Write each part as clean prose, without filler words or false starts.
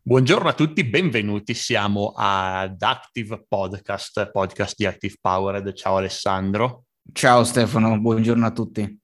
Buongiorno a tutti, benvenuti. Siamo ad Active Podcast, podcast di Active Powered. Ciao Alessandro. Ciao Stefano, buongiorno a tutti.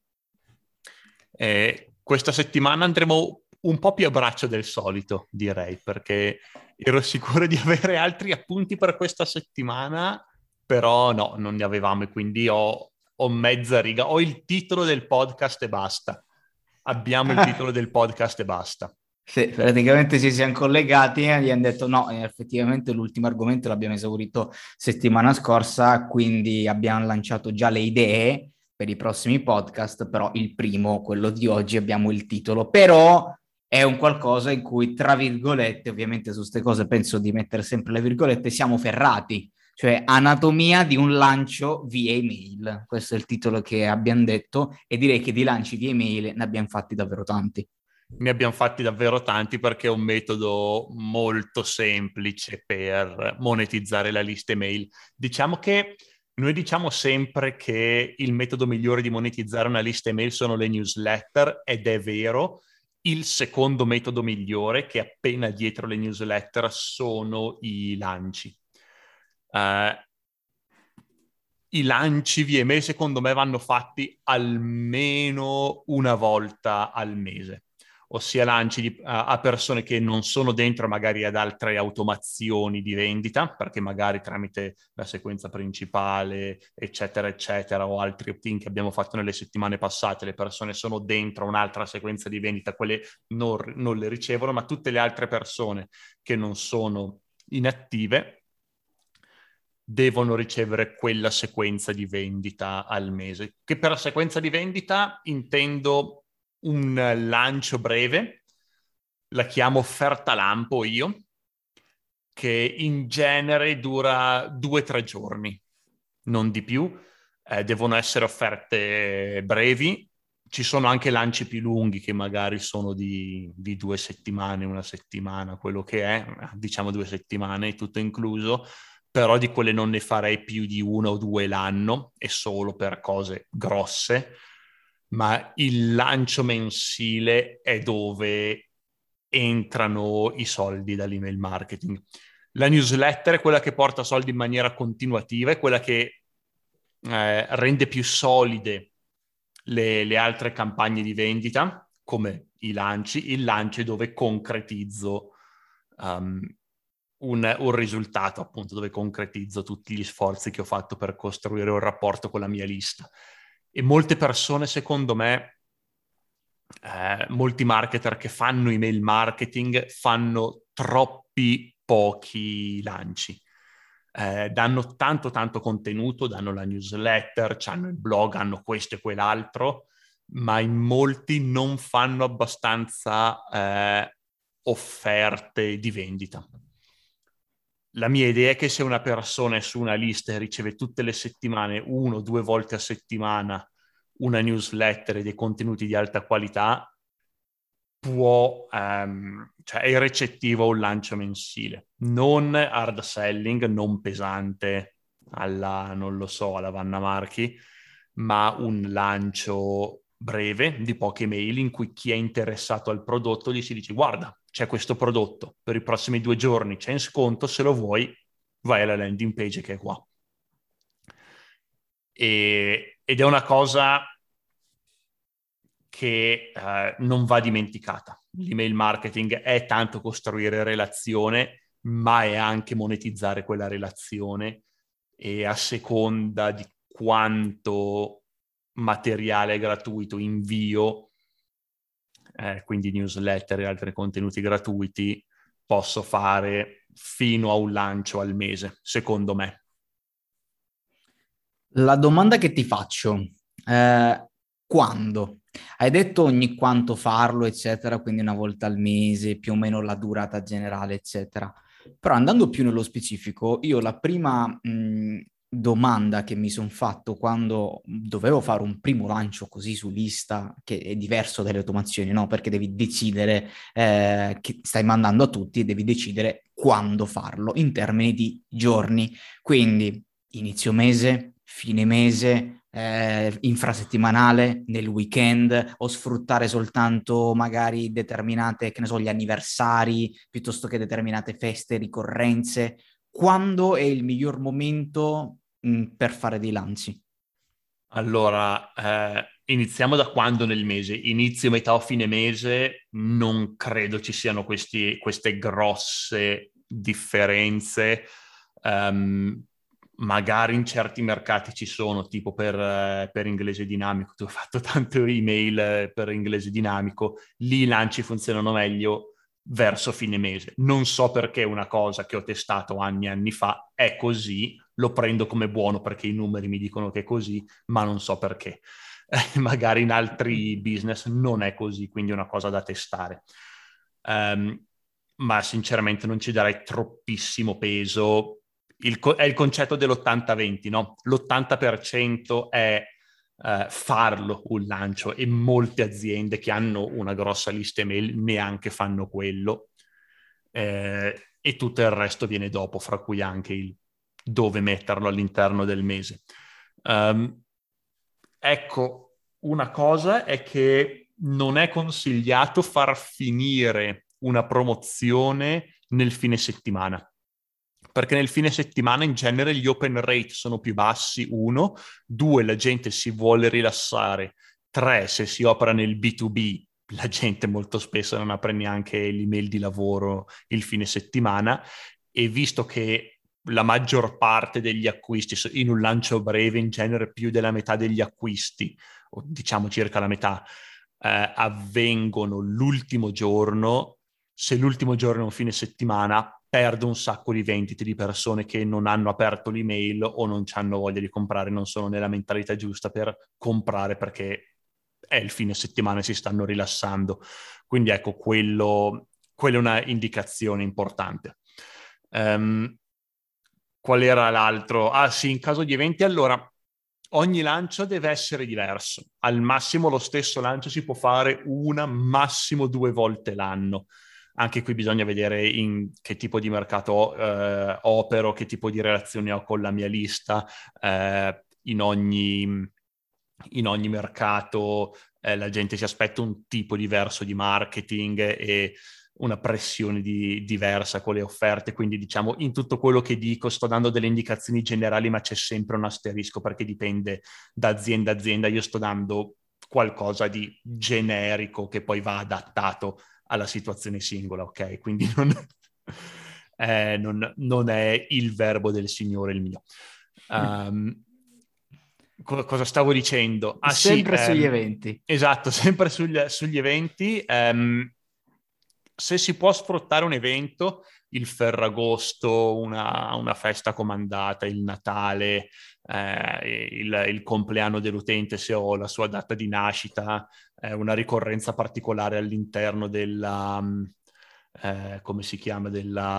Questa settimana andremo un po' più a braccio del solito, direi, perché ero sicuro di avere altri appunti per questa settimana, però no, non ne avevamo e quindi ho mezza riga. Ho il titolo del podcast e basta. Abbiamo il titolo del podcast e basta. Sì, praticamente ci siamo collegati e gli hanno detto no, effettivamente l'ultimo argomento l'abbiamo esaurito settimana scorsa, quindi abbiamo lanciato già le idee per i prossimi podcast, però il primo, quello di oggi, abbiamo il titolo, però è un qualcosa in cui, tra virgolette, ovviamente su queste cose penso di mettere sempre le virgolette, siamo ferrati, cioè anatomia di un lancio via email. Questo è il titolo che abbiamo detto e direi che di lanci via email ne abbiamo fatti davvero tanti. Ne abbiamo fatti davvero tanti perché è un metodo molto semplice per monetizzare la lista email. Diciamo che noi diciamo sempre che il metodo migliore di monetizzare una lista email sono le newsletter ed è vero. Il secondo metodo migliore, che è appena dietro le newsletter, sono i lanci. Uh, I lanci via email secondo me vanno fatti almeno una volta al mese, ossia a persone che non sono dentro magari ad altre automazioni di vendita, perché magari tramite la sequenza principale, eccetera, eccetera, o altri opt-in che abbiamo fatto nelle settimane passate, le persone sono dentro un'altra sequenza di vendita, quelle non le ricevono, ma tutte le altre persone che non sono inattive devono ricevere quella sequenza di vendita al mese. Che per sequenza di vendita intendo un lancio breve, la chiamo offerta lampo io, che in genere dura 2 o 3 giorni, non di più. Devono essere offerte brevi. Ci sono anche lanci più lunghi che magari sono di 2 settimane, una settimana, quello che è, diciamo 2 settimane, tutto incluso, però di quelle non ne farei più di 1 o 2 l'anno e solo per cose grosse, ma il lancio mensile è dove entrano i soldi dall'email marketing. La newsletter è quella che porta soldi in maniera continuativa, è quella che rende più solide le altre campagne di vendita, come i lanci. Il lancio è dove concretizzo un risultato, appunto, dove concretizzo tutti gli sforzi che ho fatto per costruire un rapporto con la mia lista. E molte persone, secondo me, molti marketer che fanno email marketing fanno troppi pochi lanci. Danno tanto contenuto, danno la newsletter, hanno il blog, hanno questo e quell'altro, ma in molti non fanno abbastanza offerte di vendita. La mia idea è che se una persona è su una lista e riceve tutte le settimane, 1 o 2 volte a settimana, una newsletter e dei contenuti di alta qualità, cioè è recettivo a un lancio mensile. Non hard selling, non pesante alla, non lo so, alla Vanna Marchi, ma un lancio breve di poche mail in cui chi è interessato al prodotto gli si dice: guarda, c'è questo prodotto per i prossimi 2 giorni, c'è in sconto, se lo vuoi vai alla landing page che è qua. Ed è una cosa che non va dimenticata. L'email marketing è tanto costruire relazione, ma è anche monetizzare quella relazione, e a seconda di quanto materiale gratuito invio, quindi newsletter e altri contenuti gratuiti, posso fare fino a un lancio al mese, secondo me. La domanda che ti faccio, quando? Hai detto ogni quanto farlo, eccetera, quindi una volta al mese, più o meno la durata generale, eccetera. Però andando più nello specifico, io la prima domanda che mi sono fatto quando dovevo fare un primo lancio così su lista, che è diverso dalle automazioni, no? Perché devi decidere che stai mandando a tutti e devi decidere quando farlo in termini di giorni. Quindi inizio mese, fine mese, infrasettimanale, nel weekend, o sfruttare soltanto magari determinate, che ne so, gli anniversari, piuttosto che determinate feste, ricorrenze? Quando è il miglior momento per fare dei lanci? Allora, iniziamo da quando nel mese? Inizio, metà o fine mese? Non credo ci siano queste grosse differenze. Ehm, Magari in certi mercati ci sono, tipo per inglese dinamico. Tu hai fatto tante email per inglese dinamico, lì i lanci funzionano meglio verso fine mese. Non so perché una cosa che ho testato anni e anni fa è così, lo prendo come buono perché i numeri mi dicono che è così, ma non so perché. Magari in altri business non è così, quindi è una cosa da testare. Um, ma sinceramente non ci darei troppissimo peso. È il concetto dell'80-20, no? L'80% è farlo un lancio e molte aziende che hanno una grossa lista email neanche fanno quello e tutto il resto viene dopo, fra cui anche il dove metterlo all'interno del mese. Um, ecco, una cosa è che non è consigliato far finire una promozione nel fine settimana, perché nel fine settimana in genere gli open rate sono più bassi, uno, due, la gente si vuole rilassare, tre, se si opera nel B2B, la gente molto spesso non apre neanche l'email di lavoro il fine settimana e visto che la maggior parte degli acquisti in un lancio breve, in genere più della metà degli acquisti, o diciamo circa la metà, avvengono l'ultimo giorno. Se l'ultimo giorno è un fine settimana, perdo un sacco di vendite di persone che non hanno aperto l'email o non hanno voglia di comprare, non sono nella mentalità giusta per comprare perché è il fine settimana e si stanno rilassando. Quindi ecco, quella è una indicazione importante. Um, Qual era l'altro? Ah sì, in caso di eventi, allora, ogni lancio deve essere diverso. Al massimo lo stesso lancio si può fare una, massimo due volte l'anno. Anche qui bisogna vedere in che tipo di mercato opero, che tipo di relazioni ho con la mia lista. In ogni mercato la gente si aspetta un tipo diverso di marketing e una pressione diversa con le offerte, quindi diciamo in tutto quello che dico sto dando delle indicazioni generali, ma c'è sempre un asterisco perché dipende da azienda a azienda. Io sto dando qualcosa di generico che poi va adattato alla situazione singola, ok? Quindi non è il verbo del Signore il mio. Um, cosa stavo dicendo? Ah sì, Sempre sugli eventi. esatto, sempre sugli eventi. Se si può sfruttare un evento, il Ferragosto, una festa comandata, il Natale, il compleanno dell'utente se ho la sua data di nascita, una ricorrenza particolare all'interno come si chiama,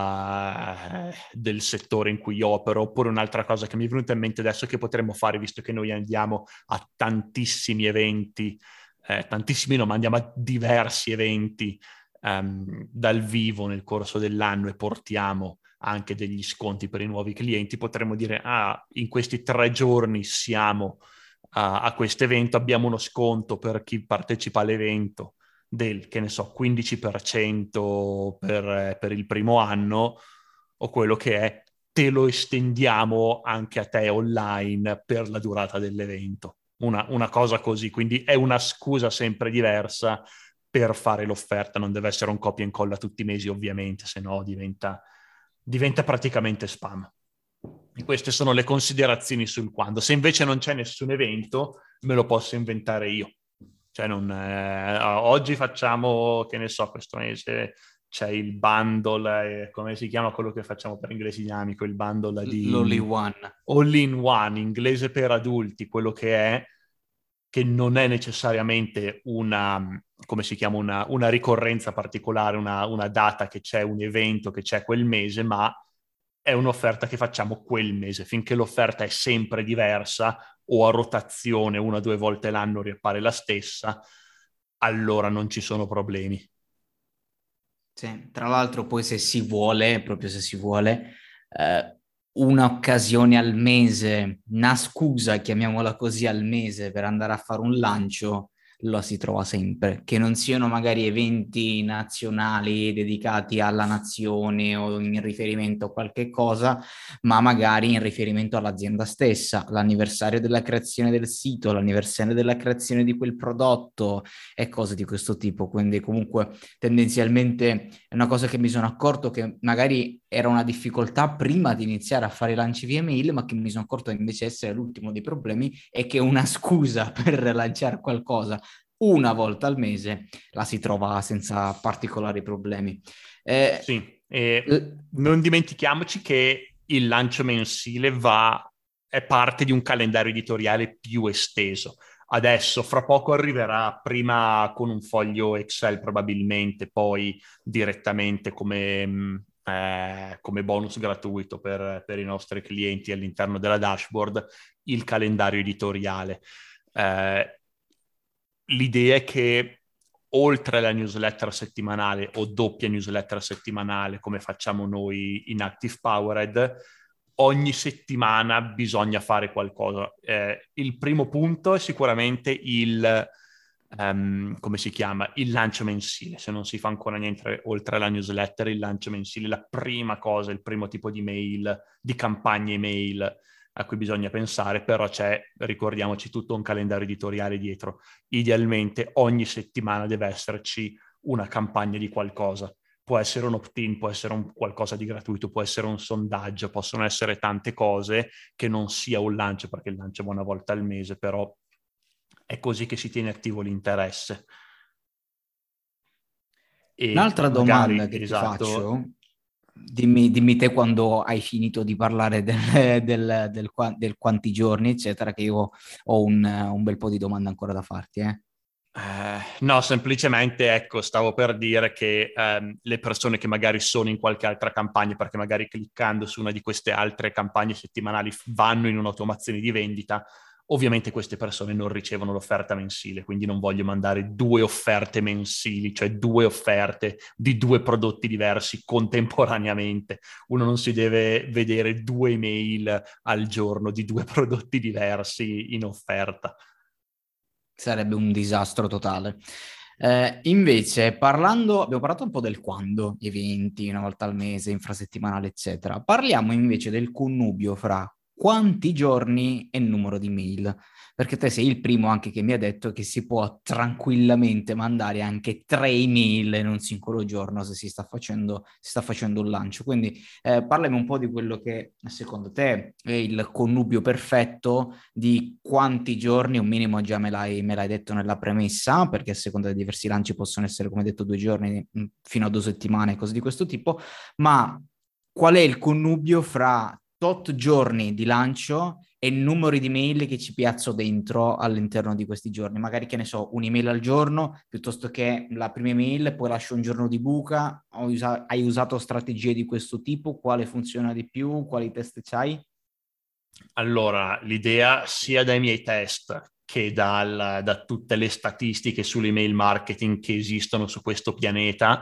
del settore in cui opero, oppure un'altra cosa che mi è venuta in mente adesso che potremmo fare, visto che noi andiamo a tantissimi eventi, tantissimi no, ma andiamo a diversi eventi dal vivo nel corso dell'anno e portiamo anche degli sconti per i nuovi clienti, potremmo dire, ah, in questi 3 giorni siamo a questo evento, abbiamo uno sconto per chi partecipa all'evento del, che ne so, 15% per il primo anno o quello che è, te lo estendiamo anche a te online per la durata dell'evento. Una cosa così, quindi è una scusa sempre diversa per fare l'offerta, non deve essere un copia e incolla tutti i mesi ovviamente, se no diventa praticamente spam. E queste sono le considerazioni sul quando. Se invece non c'è nessun evento, me lo posso inventare io. Cioè non, oggi facciamo, che ne so, questo mese c'è il bundle, come si chiama quello che facciamo per inglese dinamico, il bundle di L'Only One. all in one, inglese per adulti, quello che non è necessariamente come si chiama, una ricorrenza particolare, una data che c'è, un evento che c'è quel mese, ma è un'offerta che facciamo quel mese. Finché l'offerta è sempre diversa o a rotazione una o due volte l'anno riappare la stessa, allora non ci sono problemi. Sì, tra l'altro poi se si vuole, proprio se si vuole, un'occasione al mese, una scusa, chiamiamola così, al mese per andare a fare un lancio, lo si trova sempre. Che non siano magari eventi nazionali dedicati alla nazione o in riferimento a qualche cosa, ma magari in riferimento all'azienda stessa, l'anniversario della creazione del sito, l'anniversario della creazione di quel prodotto e cose di questo tipo. Quindi comunque tendenzialmente è una cosa che mi sono accorto che magari era una difficoltà prima di iniziare a fare lanci via mail, ma che mi sono accorto invece essere l'ultimo dei problemi e che una scusa per lanciare qualcosa una volta al mese la si trova senza particolari problemi. Eh, Sì, e non dimentichiamoci che il lancio mensile è parte di un calendario editoriale più esteso. Adesso, fra poco arriverà, prima con un foglio Excel probabilmente, poi direttamente come bonus gratuito per i nostri clienti all'interno della dashboard, il calendario editoriale. Eh, L'idea è che oltre alla newsletter settimanale o doppia newsletter settimanale, come facciamo noi in Active Powered, ogni settimana bisogna fare qualcosa. Il primo punto è sicuramente come si chiama? Il lancio mensile. Se non si fa ancora niente oltre alla newsletter, il lancio mensile, la prima cosa, il primo tipo di mail, di campagna email a cui bisogna pensare, però c'è, ricordiamoci, tutto un calendario editoriale dietro. Idealmente ogni settimana deve esserci una campagna di qualcosa. Può essere un opt-in, può essere qualcosa di gratuito, può essere un sondaggio, possono essere tante cose che non sia un lancio, perché il lancio va una volta al mese, però è così che si tiene attivo l'interesse. E Un'altra domanda magari, che ti esatto, faccio, dimmi te quando hai finito di parlare del quanti giorni, eccetera, che io ho un bel po' di domande ancora da farti, eh. no, semplicemente ecco, stavo per dire che le persone che magari sono in qualche altra campagna, perché magari cliccando su una di queste altre campagne settimanali vanno in un'automazione di vendita, ovviamente queste persone non ricevono l'offerta mensile, quindi non voglio mandare due offerte mensili, cioè due offerte di due prodotti diversi contemporaneamente. Uno non si deve vedere due email al giorno di due prodotti diversi in offerta. Sarebbe un disastro totale. Invece, abbiamo parlato un po' del quando, eventi, una volta al mese, infrasettimanale, eccetera. Parliamo invece del connubio fra quanti giorni e numero di mail. Perché te sei il primo anche che mi ha detto che si può tranquillamente mandare anche 3 email in un singolo giorno se si sta facendo un lancio. Quindi parlami un po' di quello che secondo te è il connubio perfetto di quanti giorni, un minimo già me l'hai detto nella premessa, perché a seconda dei diversi lanci possono essere, come detto, 2 giorni fino a 2 settimane, cose di questo tipo, ma qual è il connubio fra tot giorni di lancio e numeri di mail che ci piazzo dentro all'interno di questi giorni? Magari, che ne so, un'email al giorno, piuttosto che la prima email, poi lascio un giorno di buca, hai usato strategie di questo tipo, quale funziona di più, quali test c'hai? Allora, l'idea sia dai miei test che da tutte le statistiche sull'email marketing che esistono su questo pianeta,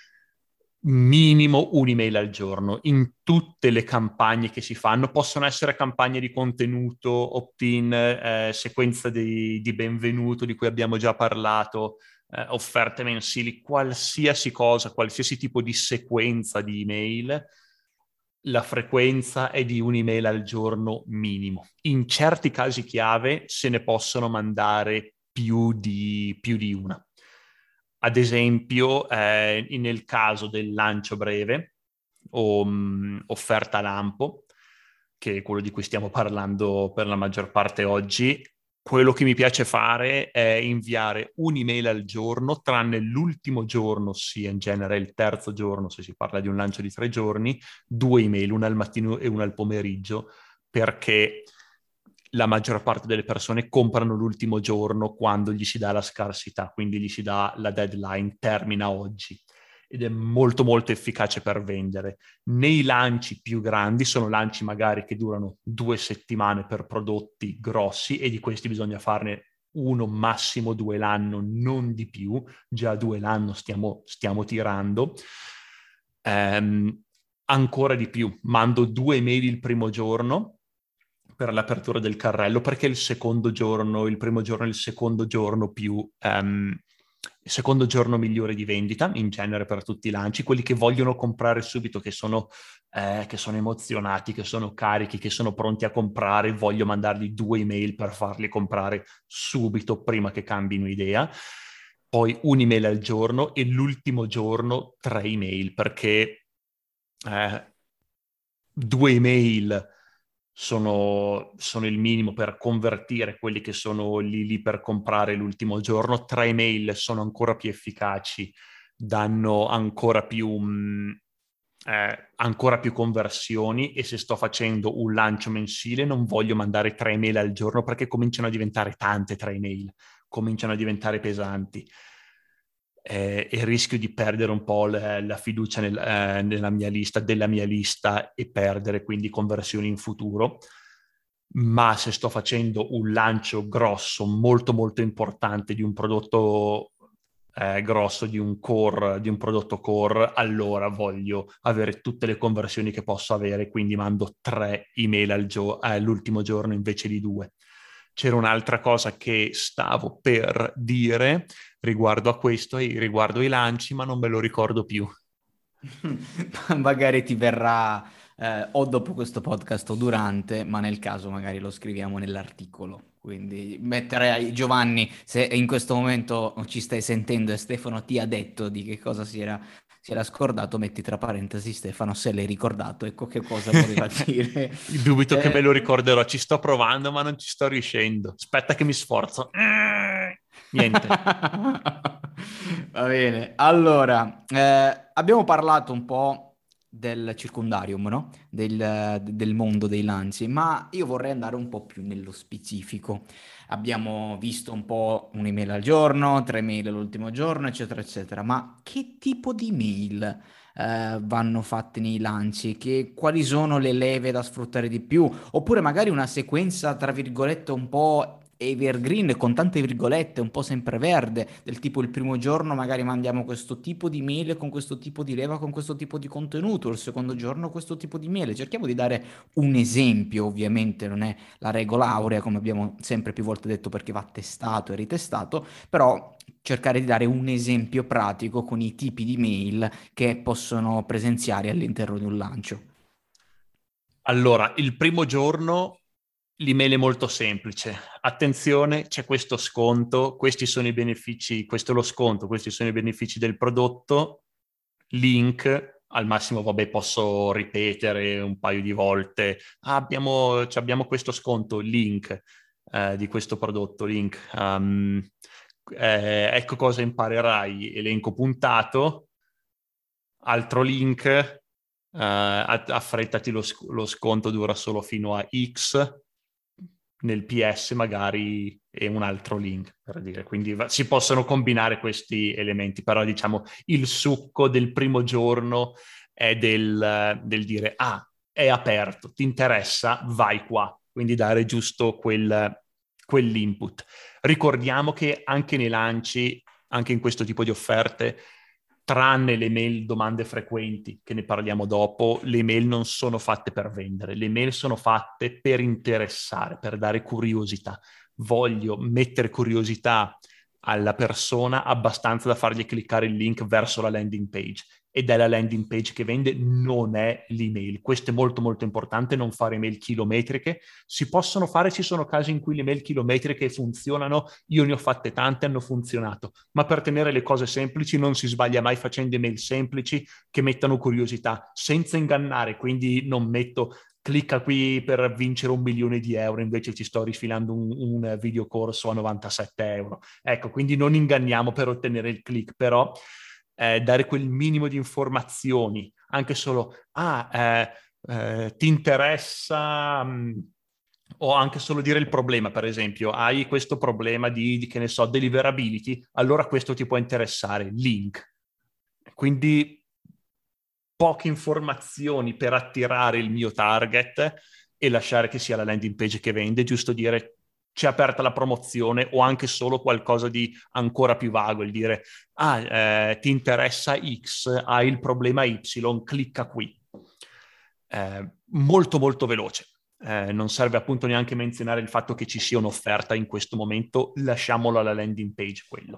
minimo un'email al giorno in tutte le campagne che si fanno. Possono essere campagne di contenuto, opt-in, sequenza di benvenuto di cui abbiamo già parlato, offerte mensili, qualsiasi cosa, qualsiasi tipo di sequenza di email, la frequenza è di un'email al giorno minimo. In certi casi chiave se ne possono mandare più di una. Ad esempio, nel caso del lancio breve o offerta lampo, che è quello di cui stiamo parlando per la maggior parte oggi, quello che mi piace fare è inviare un'email al giorno, tranne l'ultimo giorno, ossia in genere il terzo giorno, se si parla di un lancio di 3 giorni, 2 email, una al mattino e una al pomeriggio, perché la maggior parte delle persone comprano l'ultimo giorno quando gli si dà la scarsità, quindi gli si dà la deadline, termina oggi. Ed è molto molto efficace per vendere. Nei lanci più grandi sono lanci magari che durano 2 settimane per prodotti grossi e di questi bisogna farne uno, massimo due l'anno, non di più. Già due l'anno stiamo tirando. ancora di più, mando 2 email il primo giorno per l'apertura del carrello, perché il primo giorno è il secondo giorno il secondo giorno migliore di vendita, in genere per tutti i lanci, quelli che vogliono comprare subito, che sono emozionati, che sono carichi, che sono pronti a comprare, voglio mandargli 2 email per farli comprare subito, prima che cambino idea. Poi un'email al giorno e l'ultimo giorno 3 email, perché 2 email sono il minimo per convertire quelli che sono lì per comprare l'ultimo giorno. 3 email sono ancora più efficaci, danno ancora più conversioni, e se sto facendo un lancio mensile non voglio mandare 3 email al giorno, perché cominciano a diventare tante 3 email, cominciano a diventare pesanti. E rischio di perdere un po' la fiducia della mia lista, e perdere quindi conversioni in futuro. Ma se sto facendo un lancio grosso, molto molto importante, di un prodotto grosso, di un prodotto core, allora voglio avere tutte le conversioni che posso avere, quindi mando 3 email all'ultimo giorno invece di 2. C'era un'altra cosa che stavo per dire riguardo a questo e riguardo ai lanci, ma non me lo ricordo più. Magari ti verrà o dopo questo podcast o durante, ma nel caso magari lo scriviamo nell'articolo. Quindi metterei Giovanni, se in questo momento ci stai sentendo e Stefano ti ha detto di che cosa si era scordato, metti tra parentesi Stefano se l'hai ricordato, ecco che cosa voleva dire. Dubito che me lo Eh, ricorderò, ci sto provando ma non ci sto riuscendo. Aspetta che mi sforzo. Niente. Va bene, allora, abbiamo parlato un po' del circondarium, no? Del mondo dei lanci, ma io vorrei andare un po' più nello specifico. Abbiamo visto un po' un'email al giorno, 3 mail l'ultimo giorno, eccetera, eccetera, ma che tipo di mail vanno fatte nei lanci? Quali sono le leve da sfruttare di più? Oppure magari una sequenza, tra virgolette, un po' evergreen con tante virgolette, un po' sempreverde, del tipo il primo giorno magari mandiamo questo tipo di mail con questo tipo di leva, con questo tipo di contenuto, il secondo giorno questo tipo di mail. Cerchiamo di dare un esempio, ovviamente non è la regola aurea, come abbiamo sempre più volte detto, perché va testato e ritestato, però cercare di dare un esempio pratico con i tipi di mail che possono presenziare all'interno di un lancio. Allora, il primo giorno l'email è molto semplice. Attenzione, c'è questo sconto, questi sono i benefici, questo è lo sconto, questi sono i benefici del prodotto, link, al massimo, vabbè, posso ripetere un paio di volte. Abbiamo questo sconto, link di questo prodotto, link. Ecco cosa imparerai, elenco puntato, altro link, affrettati, lo sconto dura solo fino a X, nel PS magari, e un altro link, per dire. Quindi si possono combinare questi elementi, però diciamo il succo del primo giorno è del dire, è aperto, ti interessa, vai qua. Quindi dare giusto quell'input. Ricordiamo che anche nei lanci, anche in questo tipo di offerte, tranne le mail domande frequenti, che ne parliamo dopo, le mail non sono fatte per vendere, le mail sono fatte per interessare, per dare curiosità. Voglio mettere curiosità alla persona abbastanza da fargli cliccare il link verso la landing page. Ed è la landing page che vende, non è l'email. Questo è molto molto importante, non fare email chilometriche. Si possono fare, ci sono casi in cui le email chilometriche funzionano, io ne ho fatte tante, hanno funzionato, ma per tenere le cose semplici non si sbaglia mai facendo email semplici che mettano curiosità, senza ingannare. Quindi non metto clicca qui per vincere 1 milione di euro, invece ci sto rifilando un videocorso a 97 euro. Ecco, quindi non inganniamo per ottenere il click, però dare quel minimo di informazioni, anche solo, ti interessa, o anche solo dire il problema, per esempio, hai questo problema che ne so, deliverability, allora questo ti può interessare, link. Quindi poche informazioni per attirare il mio target e lasciare che sia la landing page che vende, giusto dire c'è aperta la promozione, o anche solo qualcosa di ancora più vago, il dire ti interessa X, hai il problema Y, clicca qui. molto molto veloce. Non serve appunto neanche menzionare il fatto che ci sia un'offerta in questo momento, lasciamolo alla landing page quello.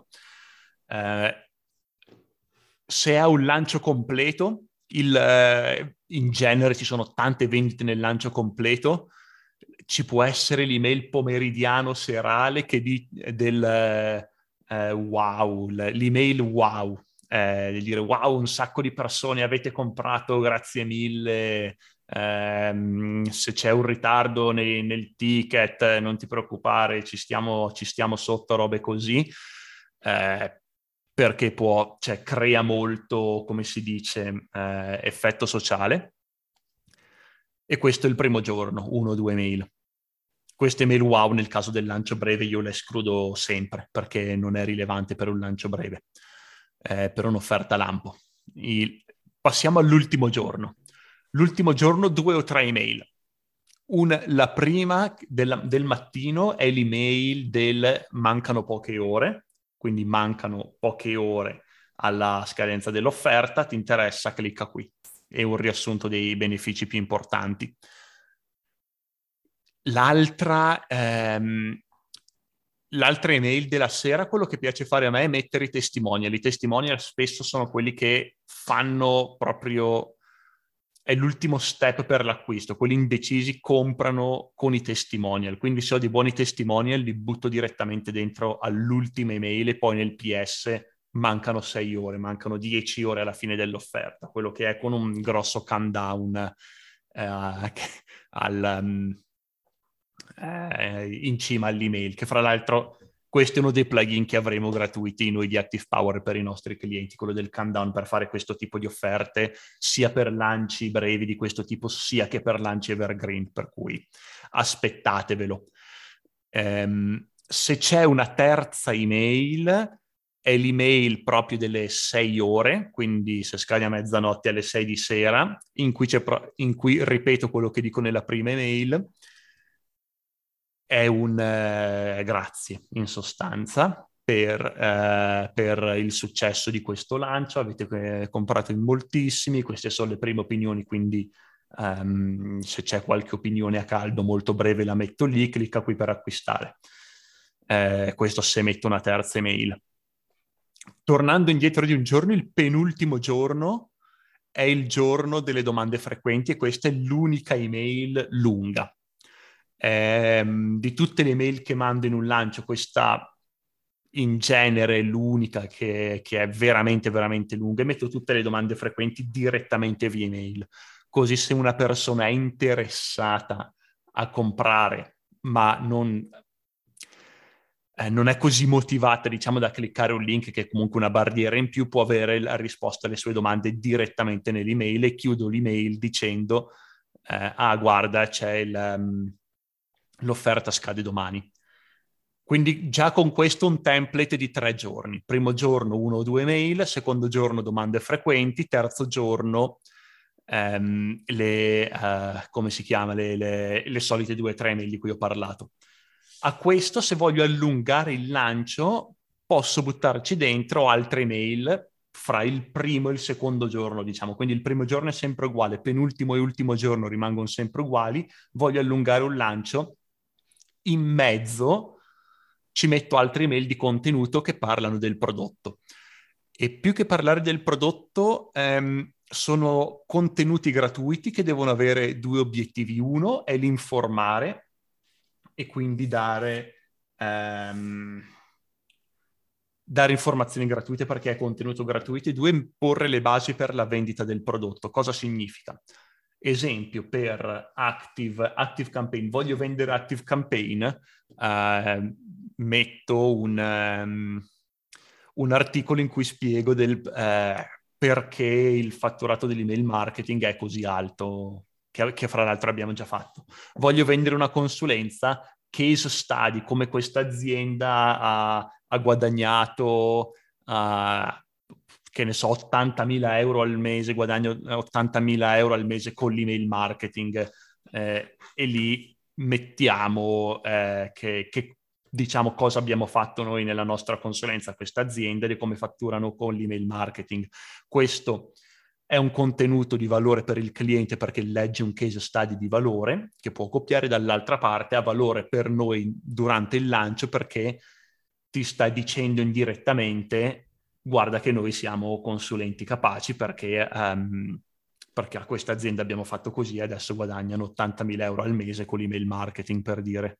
Se ha un lancio completo, in genere ci sono tante vendite nel lancio completo, ci può essere l'email pomeridiano serale che wow, l'email wow, di dire wow, un sacco di persone avete comprato, grazie mille, se c'è un ritardo nel ticket non ti preoccupare, ci stiamo sotto, robe così, perché crea molto, come si dice, effetto sociale. E questo è il primo giorno, 1 o 2 mail. Queste mail wow nel caso del lancio breve io le escludo sempre perché non è rilevante per un lancio breve, per un'offerta lampo. Passiamo all'ultimo giorno. L'ultimo giorno 2 o 3 email. La prima del mattino è l'email del mancano poche ore, quindi mancano poche ore alla scadenza dell'offerta, ti interessa, clicca qui. È un riassunto dei benefici più importanti. L'altra email della sera, quello che piace fare a me è mettere i testimonial. I testimonial spesso sono quelli che fanno proprio... è l'ultimo step per l'acquisto. Quelli indecisi comprano con i testimonial. Quindi se ho dei buoni testimonial li butto direttamente dentro all'ultima email e poi nel PS mancano 6 ore, mancano 10 ore alla fine dell'offerta. Quello che è con un grosso countdown in cima all'email, che fra l'altro questo è uno dei plugin che avremo gratuiti noi di Active Power per i nostri clienti, quello del countdown per fare questo tipo di offerte, sia per lanci brevi di questo tipo, sia che per lanci evergreen, per cui aspettatevelo. Se c'è una terza email, è l'email proprio delle 6 ore, quindi se scade a mezzanotte alle 6 di sera, in cui ripeto quello che dico nella prima email, è un grazie in sostanza per il successo di questo lancio, avete comprato in moltissimi, queste sono le prime opinioni, quindi se c'è qualche opinione a caldo molto breve la metto lì, clicca qui per acquistare. Questo se metto una terza email. Tornando indietro di un giorno, il penultimo giorno è il giorno delle domande frequenti e questa è l'unica email lunga. Di tutte le mail che mando in un lancio, questa in genere è l'unica che è veramente veramente lunga, e metto tutte le domande frequenti direttamente via email, così se una persona è interessata a comprare ma non è così motivata, diciamo, da cliccare un link che è comunque una barriera in più, può avere la risposta alle sue domande direttamente nell'email, e chiudo l'email dicendo guarda, c'è l'offerta scade domani. Quindi già con questo un template di 3 giorni. Primo giorno 1 o 2 mail, secondo giorno domande frequenti, terzo giorno come si chiama, le solite 2 o 3 mail di cui ho parlato. A questo, se voglio allungare il lancio, posso buttarci dentro altre mail fra il primo e il secondo giorno, diciamo. Quindi il primo giorno è sempre uguale, penultimo e ultimo giorno rimangono sempre uguali. Voglio allungare un lancio, in mezzo ci metto altre email di contenuto che parlano del prodotto. E più che parlare del prodotto, sono contenuti gratuiti che devono avere 2 obiettivi. Uno è l'informare e quindi dare informazioni gratuite perché è contenuto gratuito, e 2, porre le basi per la vendita del prodotto. Cosa significa? Esempio, per Active Campaign, voglio vendere Active Campaign, metto un articolo in cui spiego perché il fatturato dell'email marketing è così alto, che fra l'altro abbiamo già fatto. Voglio vendere una consulenza, case study, come questa azienda ha guadagnato, che ne so, 80.000 euro al mese, guadagno 80.000 euro al mese con l'email marketing, e lì mettiamo che diciamo cosa abbiamo fatto noi nella nostra consulenza a questa azienda e come fatturano con l'email marketing. Questo è un contenuto di valore per il cliente perché legge un case study di valore che può copiare, dall'altra parte ha valore per noi durante il lancio perché ti sta dicendo indirettamente guarda che noi siamo consulenti capaci perché a questa azienda abbiamo fatto così e adesso guadagnano 80.000 euro al mese con l'email marketing, per dire.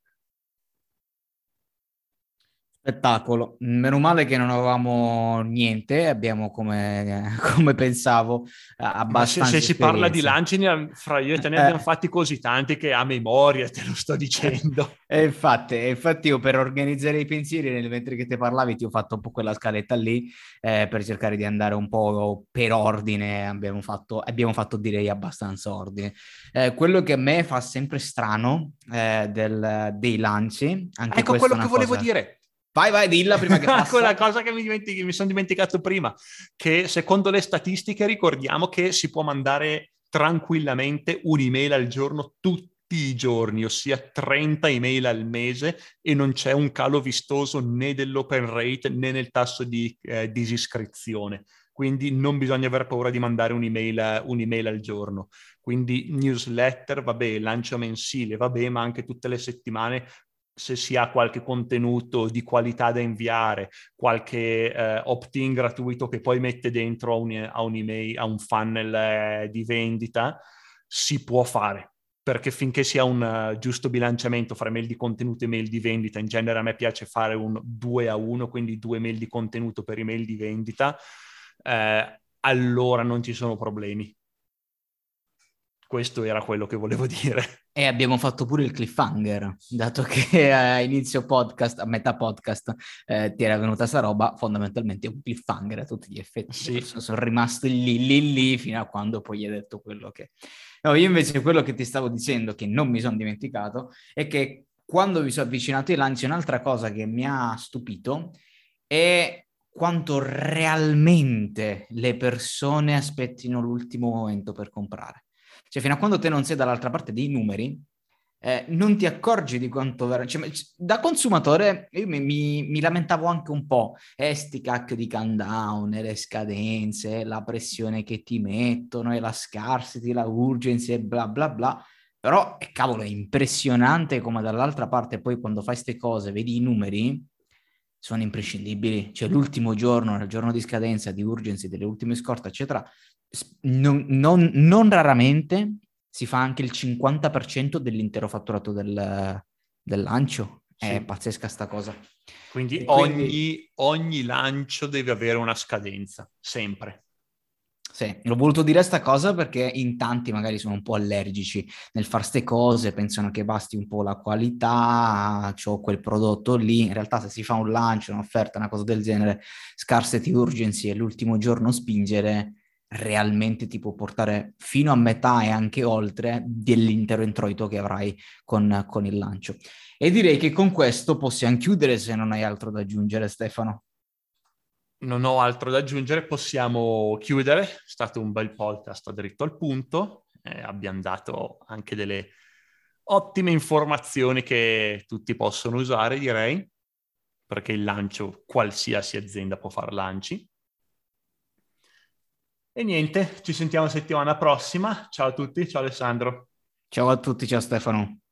Spettacolo, meno male che non avevamo niente, abbiamo come pensavo Ma se abbastanza si parla di esperienza. lanci, fra io e te ne abbiamo Eh, fatti così tanti che a memoria te lo sto dicendo. infatti io per organizzare i pensieri, mentre che te parlavi, ti ho fatto un po' quella scaletta lì per cercare di andare un po' per ordine, abbiamo fatto direi abbastanza ordine. Quello che a me fa sempre strano dei lanci, anche Ecco questa quello è che una volevo cosa... dire. Vai, dilla prima che Quella passa. cosa che mi sono dimenticato prima, che secondo le statistiche ricordiamo che si può mandare tranquillamente un'email al giorno tutti i giorni, ossia 30 email al mese e non c'è un calo vistoso né dell'open rate né nel tasso di disiscrizione. Quindi non bisogna aver paura di mandare un'email al giorno. Quindi newsletter, vabbè, lancio mensile, vabbè, ma anche tutte le settimane se si ha qualche contenuto di qualità da inviare, qualche opt-in gratuito che poi mette dentro a un'email, a un funnel di vendita, si può fare. Perché finché sia un giusto bilanciamento fra mail di contenuto e mail di vendita, in genere a me piace fare un 2-1, quindi 2 mail di contenuto per email di vendita, allora non ci sono problemi. Questo era quello che volevo dire. E abbiamo fatto pure il cliffhanger, dato che a inizio podcast, a metà podcast, ti era venuta sta roba, fondamentalmente è un cliffhanger a tutti gli effetti. Le Sì. persone sono rimaste lì fino a quando poi gli hai detto quello che... No, io invece quello che ti stavo dicendo, che non mi sono dimenticato, è che quando mi sono avvicinato ai lanci, un'altra cosa che mi ha stupito è quanto realmente le persone aspettino l'ultimo momento per comprare. Cioè, fino a quando te non sei dall'altra parte dei numeri, non ti accorgi di quanto cioè, da consumatore io mi lamentavo anche un po', sti cacchio di countdown, le scadenze, la pressione che ti mettono, e la scarcity, la urgency e bla bla bla. Però, cavolo, è impressionante come dall'altra parte poi quando fai queste cose, vedi i numeri, sono imprescindibili. Cioè l'ultimo giorno, il giorno di scadenza, di urgency, delle ultime scorte, eccetera, non raramente si fa anche il 50% dell'intero fatturato del lancio. È Sì. pazzesca sta cosa. Quindi E quindi ogni lancio deve avere una scadenza, sempre. sì, l'ho voluto dire sta cosa perché in tanti magari sono un po' allergici nel fare ste cose, pensano che basti un po' la qualità, c'ho quel prodotto lì. In realtà se si fa un lancio, un'offerta, una cosa del genere, scarcity urgency e l'ultimo giorno spingere, realmente ti può portare fino a metà e anche oltre dell'intero introito che avrai con il lancio. E direi che con questo possiamo chiudere se non hai altro da aggiungere, Stefano. Non ho altro da aggiungere, possiamo chiudere. È stato un bel podcast dritto al punto. Abbiamo dato anche delle ottime informazioni che tutti possono usare, direi, perché il lancio, qualsiasi azienda può fare lanci. E niente, ci sentiamo settimana prossima. Ciao a tutti, ciao Alessandro. Ciao a tutti, ciao Stefano.